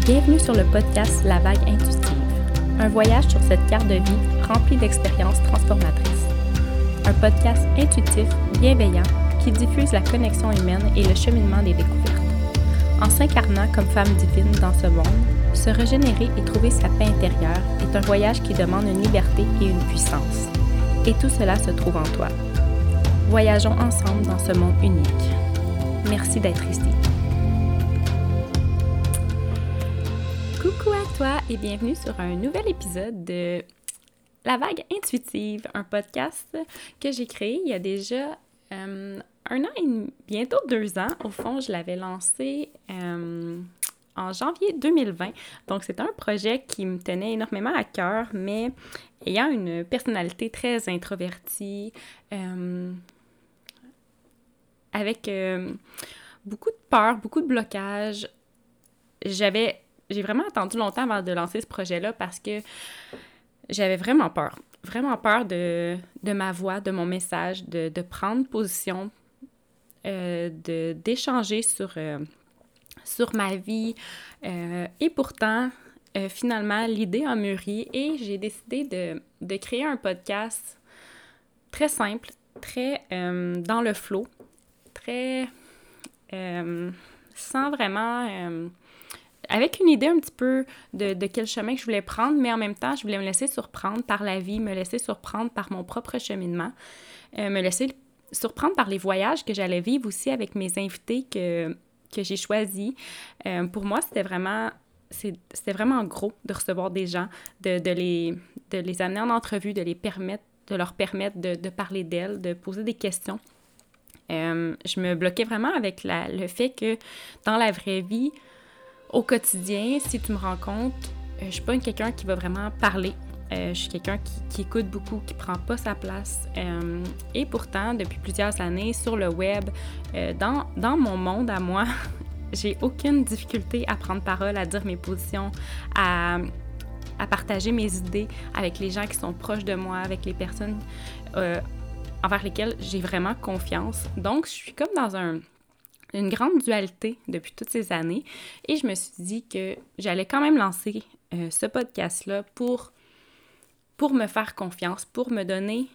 Bienvenue sur le podcast La Vague Intuitive, un voyage sur cette carte de vie remplie d'expériences transformatrices. Un podcast intuitif, bienveillant, qui diffuse la connexion humaine et le cheminement des découvertes. En s'incarnant comme femme divine dans ce monde, se régénérer et trouver sa paix intérieure est un voyage qui demande une liberté et une puissance. Et tout cela se trouve en toi. Voyageons ensemble dans ce monde unique. Merci d'être ici. Coucou à toi et bienvenue sur un nouvel épisode de La Vague Intuitive, un podcast que j'ai créé il y a déjà un an et bientôt 2 ans. Au fond, je l'avais lancé en janvier 2020. Donc, c'est un projet qui me tenait énormément à cœur, mais ayant une personnalité très introvertie, avec beaucoup de peur, beaucoup de blocage, j'ai vraiment attendu longtemps avant de lancer ce projet-là parce que j'avais vraiment peur de ma voix, de mon message, de prendre position, d'échanger sur ma vie. Et pourtant, finalement, l'idée a mûri et j'ai décidé de créer un podcast très simple, très dans le flow, très sans vraiment... avec une idée un petit peu de quel chemin que je voulais prendre, mais en même temps, je voulais me laisser surprendre par la vie, me laisser surprendre par mon propre cheminement, me laisser surprendre par les voyages que j'allais vivre aussi avec mes invités que j'ai choisis. Pour moi, c'était vraiment gros de recevoir des gens, de les amener en entrevue, de leur permettre de parler d'elles, de poser des questions. Je me bloquais vraiment avec le fait que dans la vraie vie, au quotidien, si tu me rencontres, je suis pas quelqu'un qui va vraiment parler. Je suis quelqu'un qui écoute beaucoup, qui prend pas sa place. Et pourtant, depuis plusieurs années, sur le web, dans mon monde à moi, j'ai aucune difficulté à prendre parole, à dire mes positions, à partager mes idées avec les gens qui sont proches de moi, avec les personnes envers lesquelles j'ai vraiment confiance. Donc, je suis comme dans une grande dualité depuis toutes ces années et je me suis dit que j'allais quand même lancer ce podcast-là pour me faire confiance, pour me donner,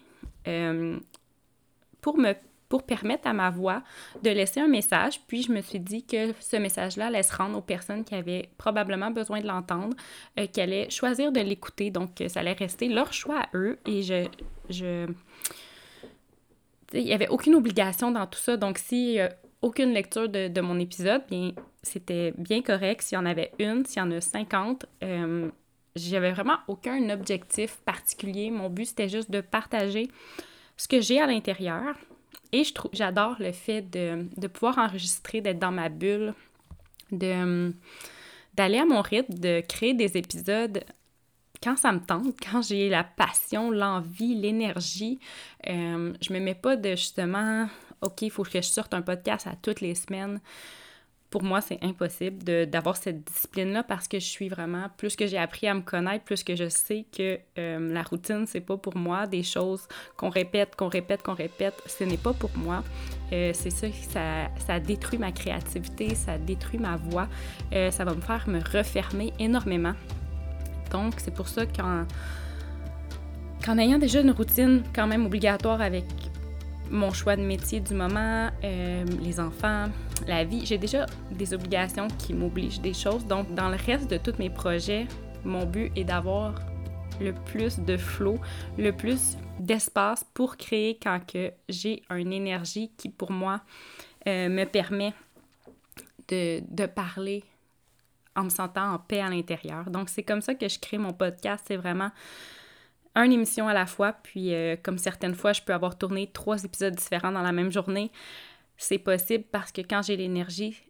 pour permettre à ma voix de laisser un message. Puis je me suis dit que ce message-là allait se rendre aux personnes qui avaient probablement besoin de l'entendre, qui allaient choisir de l'écouter. Donc, ça allait rester leur choix à eux et il n'y avait aucune obligation dans tout ça. Donc, si aucune lecture de mon épisode, bien, c'était bien correct. S'il y en avait une, s'il y en a 50, j'avais vraiment aucun objectif particulier. Mon but, c'était juste de partager ce que j'ai à l'intérieur. Et j'adore le fait de pouvoir enregistrer, d'être dans ma bulle, d'aller à mon rythme, de créer des épisodes quand ça me tente, quand j'ai la passion, l'envie, l'énergie. Je me mets pas de justement... OK, il faut que je sorte un podcast à toutes les semaines. Pour moi, c'est impossible d'avoir cette discipline-là parce que je suis vraiment... Plus que j'ai appris à me connaître, plus que je sais que la routine, c'est pas pour moi. Des choses qu'on répète, ce n'est pas pour moi. C'est ça, ça détruit ma créativité, ça détruit ma voix. Ça va me faire me refermer énormément. Donc, c'est pour ça qu'en ayant déjà une routine quand même obligatoire avec mon choix de métier du moment, les enfants, la vie, j'ai déjà des obligations qui m'obligent des choses. Donc, dans le reste de tous mes projets, mon but est d'avoir le plus de flow, le plus d'espace pour créer quand que j'ai une énergie qui, pour moi, me permet de parler en me sentant en paix à l'intérieur. Donc, c'est comme ça que je crée mon podcast. C'est vraiment une émission à la fois, puis comme certaines fois, je peux avoir tourné 3 épisodes différents dans la même journée. C'est possible parce que quand j'ai l'énergie,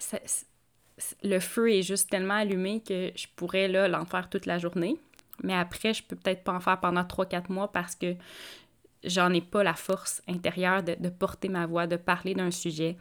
le feu est juste tellement allumé que je pourrais là, l'en faire toute la journée. Mais après, je peux peut-être pas en faire pendant 3-4 mois parce que j'en ai pas la force intérieure de porter ma voix, de parler d'un sujet,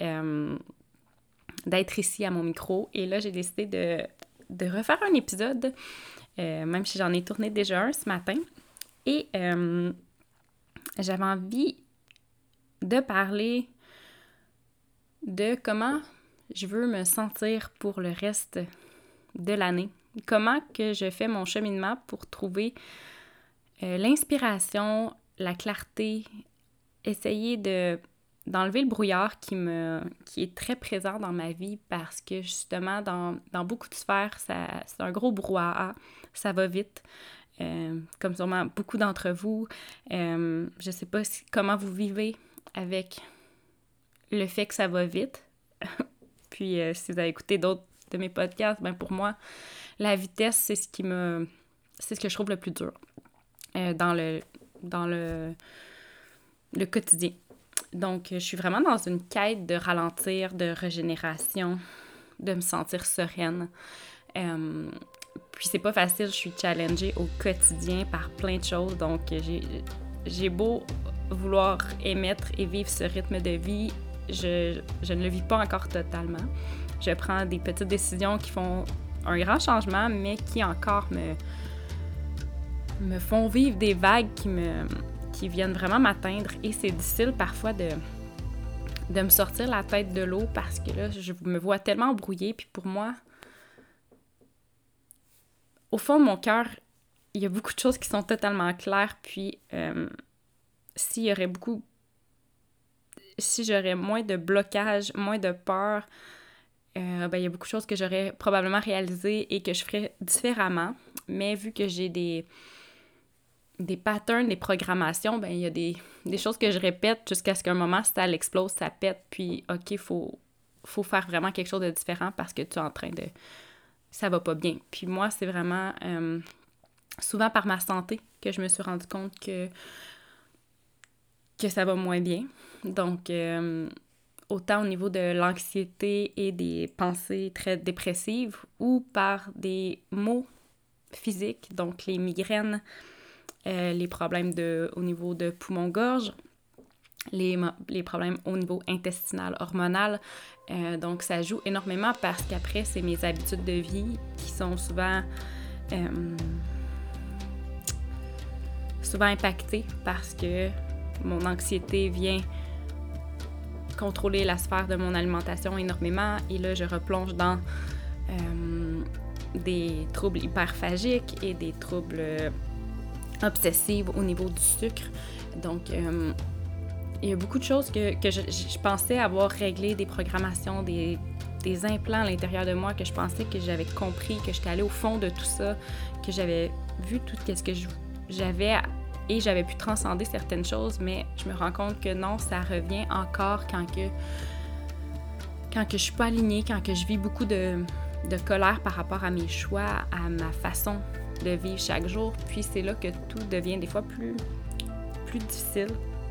d'être ici à mon micro. Et là, j'ai décidé de refaire un épisode, même si j'en ai tourné déjà un ce matin. Et j'avais envie de parler de comment je veux me sentir pour le reste de l'année. Comment que je fais mon cheminement pour trouver l'inspiration, la clarté, essayer d'enlever le brouillard qui est très présent dans ma vie parce que justement, dans beaucoup de sphères, c'est un gros brouhaha, ça va vite. Comme sûrement beaucoup d'entre vous, je sais pas comment vous vivez avec le fait que ça va vite. Puis si vous avez écouté d'autres de mes podcasts, ben pour moi, la vitesse, c'est ce que je trouve le plus dur dans le quotidien. Donc, je suis vraiment dans une quête de ralentir, de régénération, de me sentir sereine. Puis c'est pas facile, je suis challengée au quotidien par plein de choses. Donc, j'ai beau vouloir émettre et vivre ce rythme de vie, je ne le vis pas encore totalement. Je prends des petites décisions qui font un grand changement, mais qui encore me font vivre des vagues qui viennent vraiment m'atteindre. Et c'est difficile parfois de me sortir la tête de l'eau parce que là, je me vois tellement embrouillée. Puis pour moi, au fond de mon cœur, il y a beaucoup de choses qui sont totalement claires. Puis si j'aurais moins de blocage, moins de peur, il y a beaucoup de choses que j'aurais probablement réalisées et que je ferais différemment. Mais vu que j'ai des patterns, des programmations, il y a des choses que je répète jusqu'à ce qu'un moment, ça l'explose, ça pète, puis OK, faut faire vraiment quelque chose de différent parce que tu es en train de... Ça va pas bien. Puis moi, c'est vraiment souvent par ma santé que je me suis rendu compte que ça va moins bien. Donc, autant au niveau de l'anxiété et des pensées très dépressives ou par des maux physiques, donc les migraines, les problèmes au niveau de poumon-gorge, les problèmes au niveau intestinal, hormonal. Donc, ça joue énormément parce qu'après, c'est mes habitudes de vie qui sont souvent impactées parce que mon anxiété vient contrôler la sphère de mon alimentation énormément et là, je replonge dans des troubles hyperphagiques et des troubles obsessives au niveau du sucre. Donc, il y a beaucoup de choses que je pensais avoir réglé, des programmations, des implants à l'intérieur de moi, que je pensais que j'avais compris, que j'étais allée au fond de tout ça, que j'avais vu tout ce que j'avais et j'avais pu transcender certaines choses, mais je me rends compte que non, ça revient encore quand je suis pas alignée, quand que je vis beaucoup de colère par rapport à mes choix, à ma façon de vivre chaque jour. Puis c'est là que tout devient des fois plus difficile.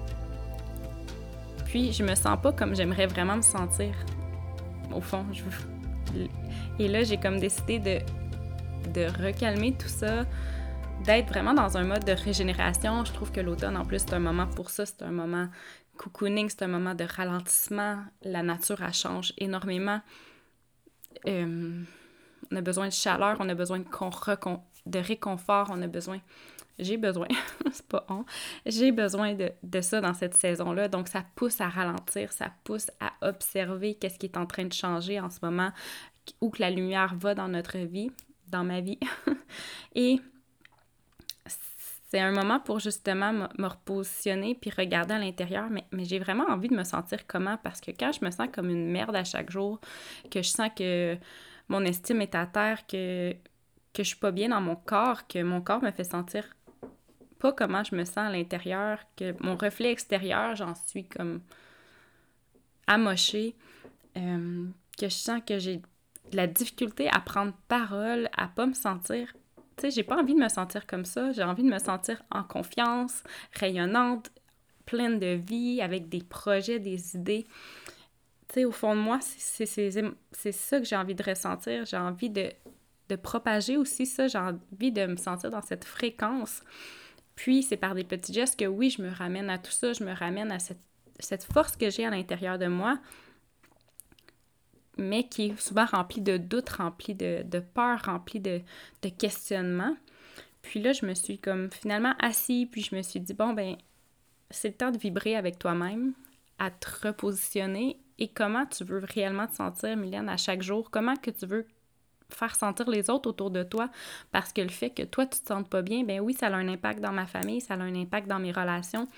Puis je me sens pas comme j'aimerais vraiment me sentir. Au fond, et là, j'ai comme décidé de recalmer tout ça, d'être vraiment dans un mode de régénération. Je trouve que l'automne, en plus, c'est un moment pour ça. C'est un moment cocooning, c'est un moment de ralentissement. La nature, elle change énormément. On a besoin de chaleur, on a besoin de réconfort, j'ai besoin, c'est pas on, j'ai besoin de ça dans cette saison-là. Donc, ça pousse à ralentir, ça pousse à observer qu'est-ce qui est en train de changer en ce moment, où que la lumière va dans notre vie, dans ma vie. Et c'est un moment pour justement me repositionner puis regarder à l'intérieur, mais j'ai vraiment envie de me sentir comment, parce que quand je me sens comme une merde à chaque jour, que je sens que mon estime est à terre, que je suis pas bien dans mon corps, que mon corps me fait sentir pas comment je me sens à l'intérieur, que mon reflet extérieur, j'en suis comme amochée, que je sens que j'ai de la difficulté à prendre parole, à pas me sentir... Tu sais, j'ai pas envie de me sentir comme ça, j'ai envie de me sentir en confiance, rayonnante, pleine de vie, avec des projets, des idées. Tu sais, au fond de moi, c'est ça que j'ai envie de ressentir, j'ai envie de propager aussi ça, j'ai envie de me sentir dans cette fréquence. Puis, c'est par des petits gestes que oui, je me ramène à tout ça, je me ramène à cette force que j'ai à l'intérieur de moi, mais qui est souvent remplie de doutes, remplie de peur, remplie de questionnements. Puis là, je me suis comme finalement assise, puis je me suis dit, bon, c'est le temps de vibrer avec toi-même, à te repositionner, et comment tu veux réellement te sentir, Mylène, à chaque jour, comment que tu veux faire sentir les autres autour de toi, parce que le fait que toi, tu te sentes pas bien, ben oui, ça a un impact dans ma famille, ça a un impact dans mes relations.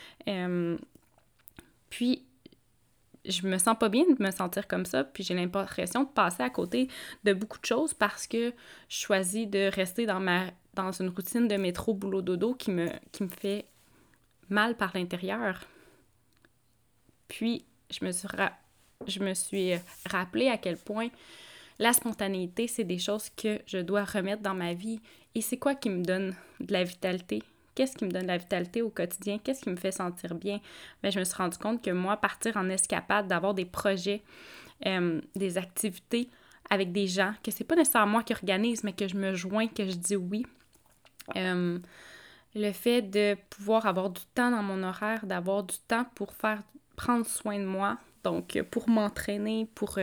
Puis, je me sens pas bien de me sentir comme ça, puis j'ai l'impression de passer à côté de beaucoup de choses parce que je choisis de rester dans une routine de métro, boulot, dodo qui me fait mal par l'intérieur. Puis, je me suis rappelé à quel point la spontanéité, c'est des choses que je dois remettre dans ma vie. Et c'est quoi qui me donne de la vitalité? Qu'est-ce qui me donne de la vitalité au quotidien? Qu'est-ce qui me fait sentir bien? Bien, je me suis rendu compte que moi, partir en escapade, d'avoir des projets, des activités avec des gens, que c'est pas nécessairement moi qui organise, mais que je me joins, que je dis oui. Le fait de pouvoir avoir du temps dans mon horaire, d'avoir du temps pour prendre soin de moi, donc pour m'entraîner, pour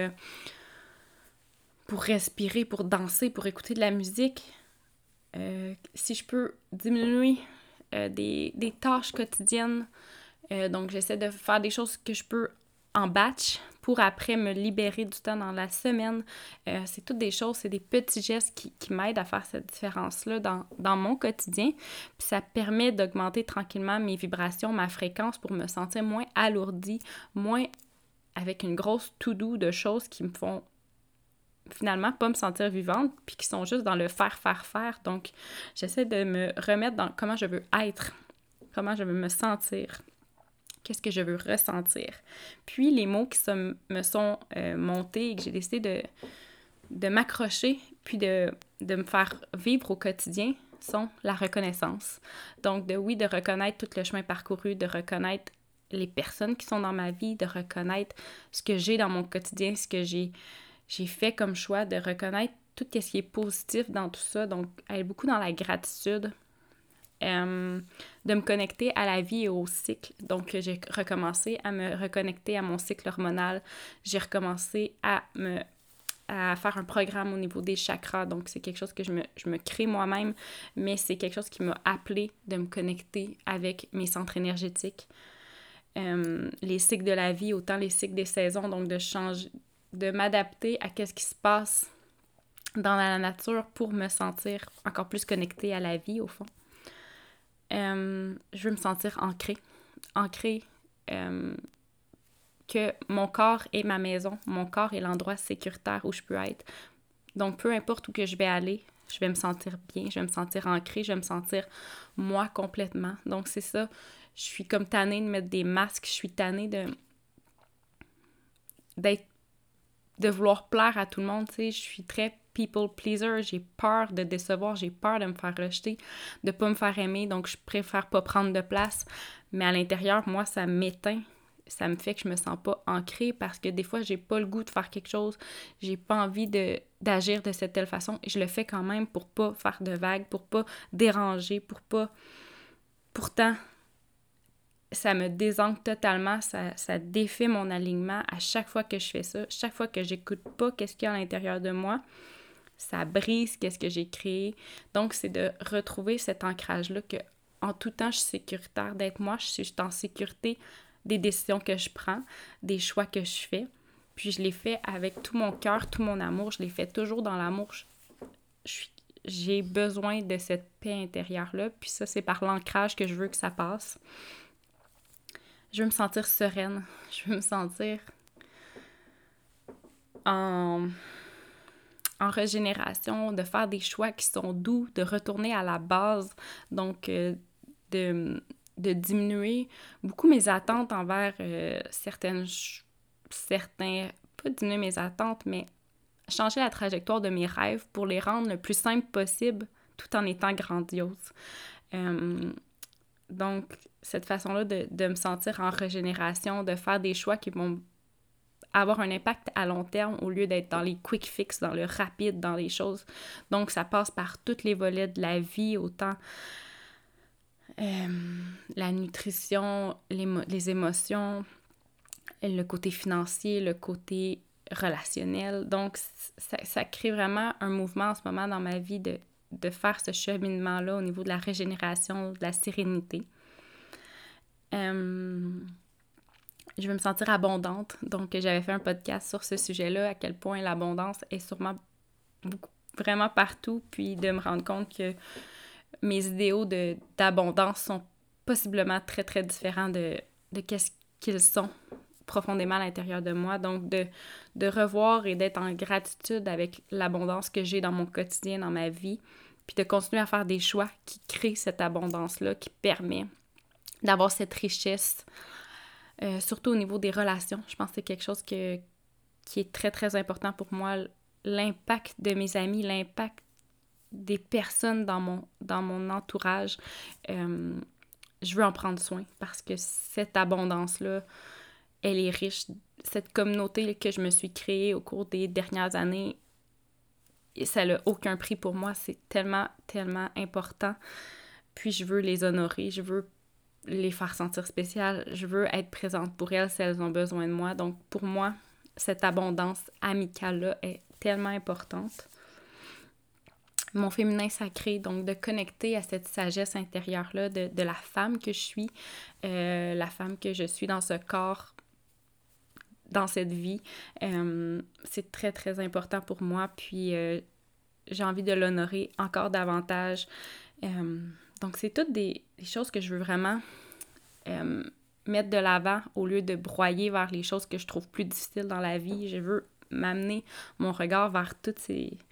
respirer, pour danser, pour écouter de la musique. Si je peux diminuer des tâches quotidiennes, donc j'essaie de faire des choses que je peux en batch pour après me libérer du temps dans la semaine. C'est toutes des choses, c'est des petits gestes qui m'aident à faire cette différence-là dans mon quotidien. Puis ça permet d'augmenter tranquillement mes vibrations, ma fréquence pour me sentir moins alourdie, moins avec une grosse to-do de choses qui me font finalement pas me sentir vivante, puis qui sont juste dans le faire. Donc, j'essaie de me remettre dans comment je veux être, comment je veux me sentir, qu'est-ce que je veux ressentir. Puis, les mots qui me sont montés et que j'ai décidé de m'accrocher, puis de me faire vivre au quotidien, sont la reconnaissance. Donc, de reconnaître tout le chemin parcouru, de reconnaître les personnes qui sont dans ma vie, de reconnaître ce que j'ai dans mon quotidien, ce que j'ai fait comme choix, de reconnaître tout ce qui est positif dans tout ça, donc être beaucoup dans la gratitude, de me connecter à la vie et au cycle. Donc, j'ai recommencé à me reconnecter à mon cycle hormonal. J'ai recommencé à faire un programme au niveau des chakras. Donc, c'est quelque chose que je me crée moi-même, mais c'est quelque chose qui m'a appelé de me connecter avec mes centres énergétiques. Les cycles de la vie, autant les cycles des saisons, donc de m'adapter à ce qui se passe dans la nature pour me sentir encore plus connectée à la vie, au fond. Je veux me sentir ancrée, que mon corps est ma maison, mon corps est l'endroit sécuritaire où je peux être. Donc, peu importe où que je vais aller, je vais me sentir bien, je vais me sentir ancrée, je vais me sentir moi complètement. Donc, c'est ça. Je suis comme tannée de mettre des masques, je suis tannée de vouloir plaire à tout le monde, tu sais, je suis très people pleaser, j'ai peur de décevoir, j'ai peur de me faire rejeter, de pas me faire aimer, donc je préfère pas prendre de place, mais à l'intérieur, moi, ça m'éteint, ça me fait que je me sens pas ancrée parce que des fois, j'ai pas le goût de faire quelque chose, j'ai pas envie d'agir de cette telle façon, et je le fais quand même pour pas faire de vagues, pour pas déranger, pour pas... Pourtant, ça me désancre totalement, ça défait mon alignement à chaque fois que je fais ça, chaque fois que j'écoute pas qu'est-ce qu'il y a à l'intérieur de moi, ça brise qu'est-ce que j'ai créé. Donc, c'est de retrouver cet ancrage-là que en tout temps, je suis sécuritaire d'être moi, je suis en sécurité des décisions que je prends, des choix que je fais. Puis je les fais avec tout mon cœur, tout mon amour, je les fais toujours dans l'amour. J'ai besoin de cette paix intérieure-là, puis ça, c'est par l'ancrage que je veux que ça passe. Je veux me sentir sereine. Je veux me sentir en régénération, de faire des choix qui sont doux, de retourner à la base. Donc, de diminuer beaucoup mes attentes envers certains... Pas diminuer mes attentes, mais changer la trajectoire de mes rêves pour les rendre le plus simple possible tout en étant grandiose. Donc, cette façon-là de me sentir en régénération, de faire des choix qui vont avoir un impact à long terme au lieu d'être dans les quick fix, dans le rapide, dans les choses. Donc, ça passe par tous les volets de la vie, autant la nutrition, les émotions, le côté financier, le côté relationnel. Donc, ça crée vraiment un mouvement en ce moment dans ma vie de faire ce cheminement-là au niveau de la régénération, de la sérénité. Je veux me sentir abondante. Donc, j'avais fait un podcast sur ce sujet-là, à quel point l'abondance est sûrement vraiment partout, puis de me rendre compte que mes idéaux d'abondance sont possiblement très, très différents de qu'est-ce qu'ils sont profondément à l'intérieur de moi. Donc, de revoir et d'être en gratitude avec l'abondance que j'ai dans mon quotidien, dans ma vie, puis de continuer à faire des choix qui créent cette abondance-là, qui permet d'avoir cette richesse, surtout au niveau des relations. Je pense que c'est quelque chose qui est très, très important pour moi. L'impact de mes amis, l'impact des personnes dans mon entourage, je veux en prendre soin parce que cette abondance-là, elle est riche. Cette communauté que je me suis créée au cours des dernières années, ça n'a aucun prix pour moi. C'est tellement, tellement important. Puis je veux les honorer, je veux les faire sentir spéciales, je veux être présente pour elles si elles ont besoin de moi. Donc pour moi, cette abondance amicale-là est tellement importante. Mon féminin sacré, donc de connecter à cette sagesse intérieure-là de la femme que je suis, la femme que je suis dans ce corps, dans cette vie, c'est très, très important pour moi. Puis j'ai envie de l'honorer encore davantage. Donc c'est toutes des choses que je veux vraiment mettre de l'avant au lieu de broyer vers les choses que je trouve plus difficiles dans la vie. Je veux m'amener mon regard vers toutes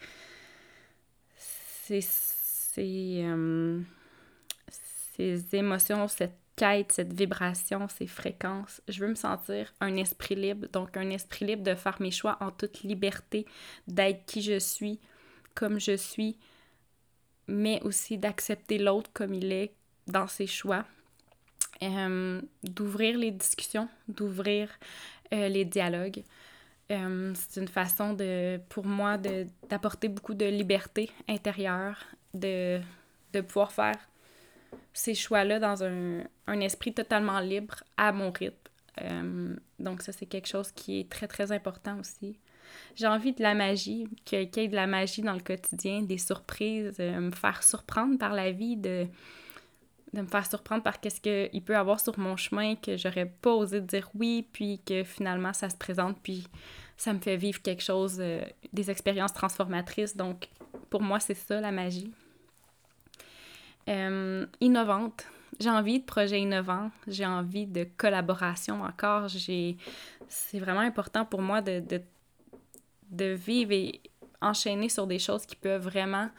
ces émotions, cette quête, cette vibration, ces fréquences. Je veux me sentir un esprit libre, donc un esprit libre de faire mes choix en toute liberté, d'être qui je suis, comme je suis, mais aussi d'accepter l'autre comme il est dans ses choix, d'ouvrir les discussions, d'ouvrir les dialogues. C'est une façon pour moi d'apporter beaucoup de liberté intérieure, de pouvoir faire ces choix-là dans un esprit totalement libre à mon rythme. Donc ça, c'est quelque chose qui est très, très important aussi. J'ai envie de la magie, qu'il y ait de la magie dans le quotidien, des surprises, me faire surprendre par la vie, de me faire surprendre par qu'est-ce qu'il peut y avoir sur mon chemin que j'aurais pas osé dire oui, puis que finalement ça se présente, puis ça me fait vivre quelque chose, des expériences transformatrices. Donc, pour moi, c'est ça, la magie. Innovante. J'ai envie de projets innovants. J'ai envie de collaboration encore. C'est vraiment important pour moi de vivre et enchaîner sur des choses qui peuvent vraiment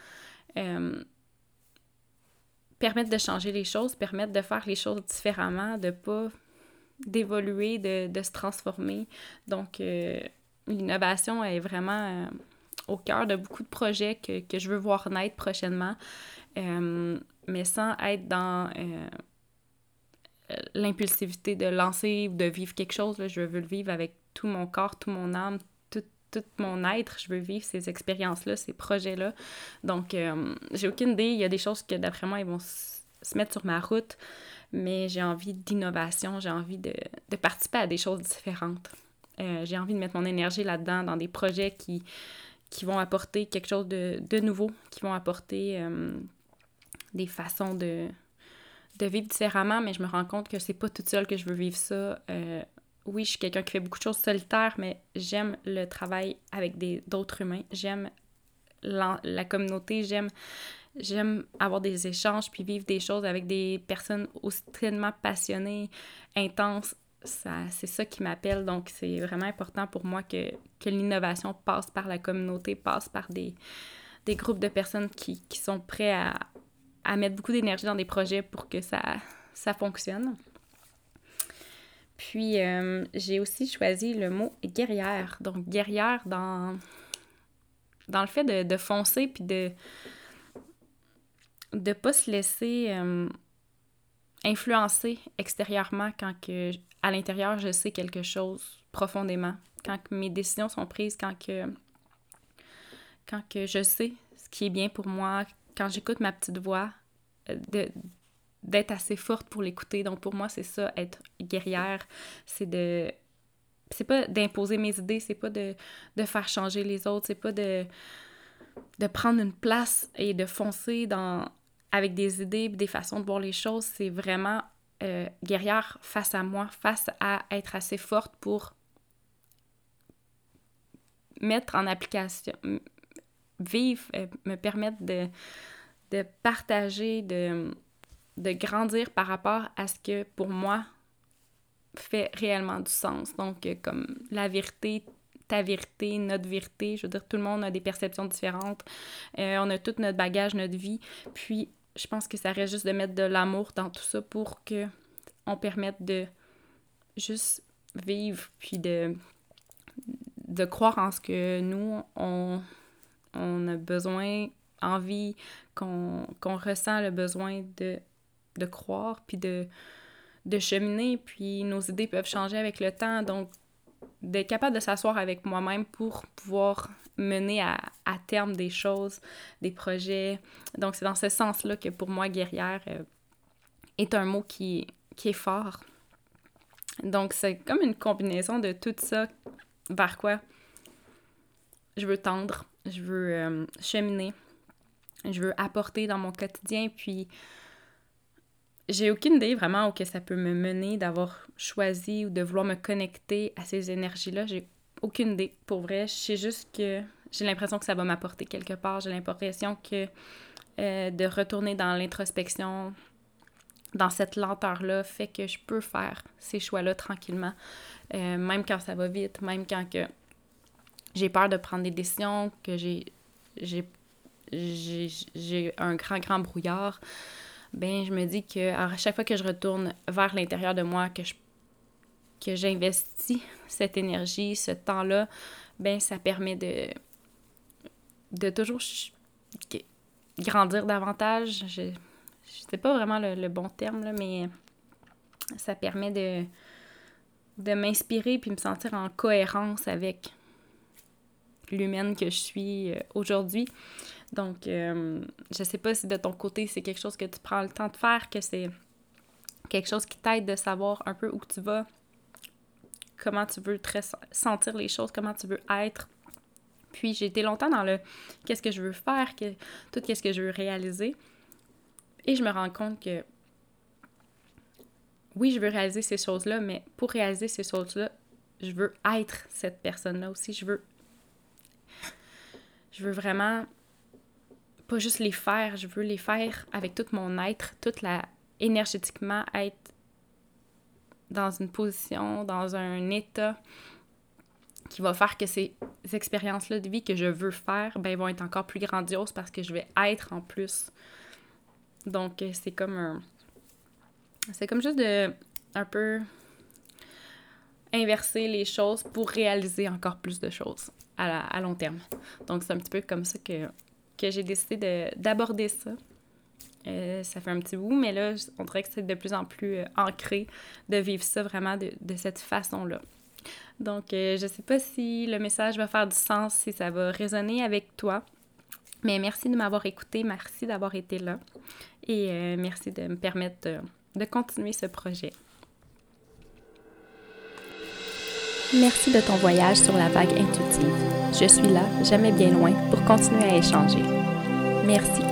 permettre de changer les choses, permettre de faire les choses différemment, d'évoluer, de se transformer. Donc, l'innovation est vraiment au cœur de beaucoup de projets que je veux voir naître prochainement, mais sans être dans l'impulsivité de lancer ou de vivre quelque chose. Là, je veux le vivre avec tout mon corps, tout mon âme, tout mon être. Je veux vivre ces expériences-là, ces projets-là. Donc, j'ai aucune idée. Il y a des choses que, d'après moi, ils vont se mettre sur ma route, mais j'ai envie d'innovation, j'ai envie de participer à des choses différentes. J'ai envie de mettre mon énergie là-dedans, dans des projets qui vont apporter quelque chose de nouveau, qui vont apporter des façons de vivre différemment, mais je me rends compte que c'est pas toute seule que je veux vivre ça. Oui, je suis quelqu'un qui fait beaucoup de choses solitaires, mais j'aime le travail avec d'autres humains. J'aime la communauté, j'aime avoir des échanges puis vivre des choses avec des personnes aussi tellement passionnées, intenses. C'est ça qui m'appelle. Donc, c'est vraiment important pour moi que l'innovation passe par la communauté, passe par des groupes de personnes qui sont prêts à mettre beaucoup d'énergie dans des projets pour que ça fonctionne. Puis, j'ai aussi choisi le mot guerrière. Donc, guerrière dans le fait de foncer puis de pas se laisser influencer extérieurement quand que, à l'intérieur, je sais quelque chose profondément. Quand que mes décisions sont prises, quand que je sais ce qui est bien pour moi, quand j'écoute ma petite voix, d'être assez forte pour l'écouter. Donc pour moi, c'est ça, être guerrière, c'est pas d'imposer mes idées, c'est pas de faire changer les autres, c'est pas de prendre une place et de foncer avec des idées et des façons de voir les choses. C'est vraiment guerrière face à moi, face à être assez forte pour mettre en application, vivre, me permettre de partager, de grandir par rapport à ce que, pour moi, fait réellement du sens. Donc, comme la vérité, ta vérité, notre vérité, je veux dire, tout le monde a des perceptions différentes, on a tout notre bagage, notre vie, puis je pense que ça reste juste de mettre de l'amour dans tout ça pour que on permette de juste vivre, puis de croire en ce que nous, on a besoin, envie, qu'on ressent le besoin de croire, puis de cheminer, puis nos idées peuvent changer avec le temps, donc d'être capable de s'asseoir avec moi-même pour pouvoir mener à terme des choses, des projets. Donc c'est dans ce sens-là que pour moi, guerrière est un mot qui est fort. Donc c'est comme une combinaison de tout ça vers quoi je veux tendre, je veux cheminer, je veux apporter dans mon quotidien, puis j'ai aucune idée vraiment où que ça peut me mener d'avoir choisi ou de vouloir me connecter à ces énergies-là. J'ai aucune idée. Pour vrai, je sais juste que j'ai l'impression que ça va m'apporter quelque part. J'ai l'impression que de retourner dans l'introspection, dans cette lenteur-là, fait que je peux faire ces choix-là tranquillement. Même quand ça va vite, même quand que j'ai peur de prendre des décisions, que j'ai un grand brouillard. Ben je me dis que à chaque fois que je retourne vers l'intérieur de moi, que j'investis cette énergie, ce temps-là, ben ça permet de toujours grandir davantage. Je sais pas vraiment le bon terme, là, mais ça permet de m'inspirer puis me sentir en cohérence avec l'humaine que je suis aujourd'hui. Donc, je sais pas si de ton côté, c'est quelque chose que tu prends le temps de faire, que c'est quelque chose qui t'aide de savoir un peu où tu vas, comment tu veux sentir les choses, comment tu veux être. Puis, j'ai été longtemps dans le « qu'est-ce que je veux faire », tout qu'est-ce que je veux réaliser. Et je me rends compte que oui, je veux réaliser ces choses-là, mais pour réaliser ces choses-là, je veux être cette personne-là aussi. Je veux vraiment pas juste les faire, je veux les faire avec tout mon être, énergétiquement être dans une position, dans un état qui va faire que ces expériences-là de vie que je veux faire, ben, vont être encore plus grandioses parce que je vais être en plus. Donc, c'est comme juste de un peu inverser les choses pour réaliser encore plus de choses à long terme. Donc, c'est un petit peu comme ça que j'ai décidé d'aborder ça. Ça fait un petit bout, mais là, on dirait que c'est de plus en plus ancré de vivre ça vraiment de cette façon-là. Donc, je sais pas si le message va faire du sens, si ça va résonner avec toi, mais merci de m'avoir écouté, merci d'avoir été là et merci de me permettre de continuer ce projet. Merci de ton voyage sur la vague intuitive. Je suis là, jamais bien loin, pour continuer à échanger. Merci.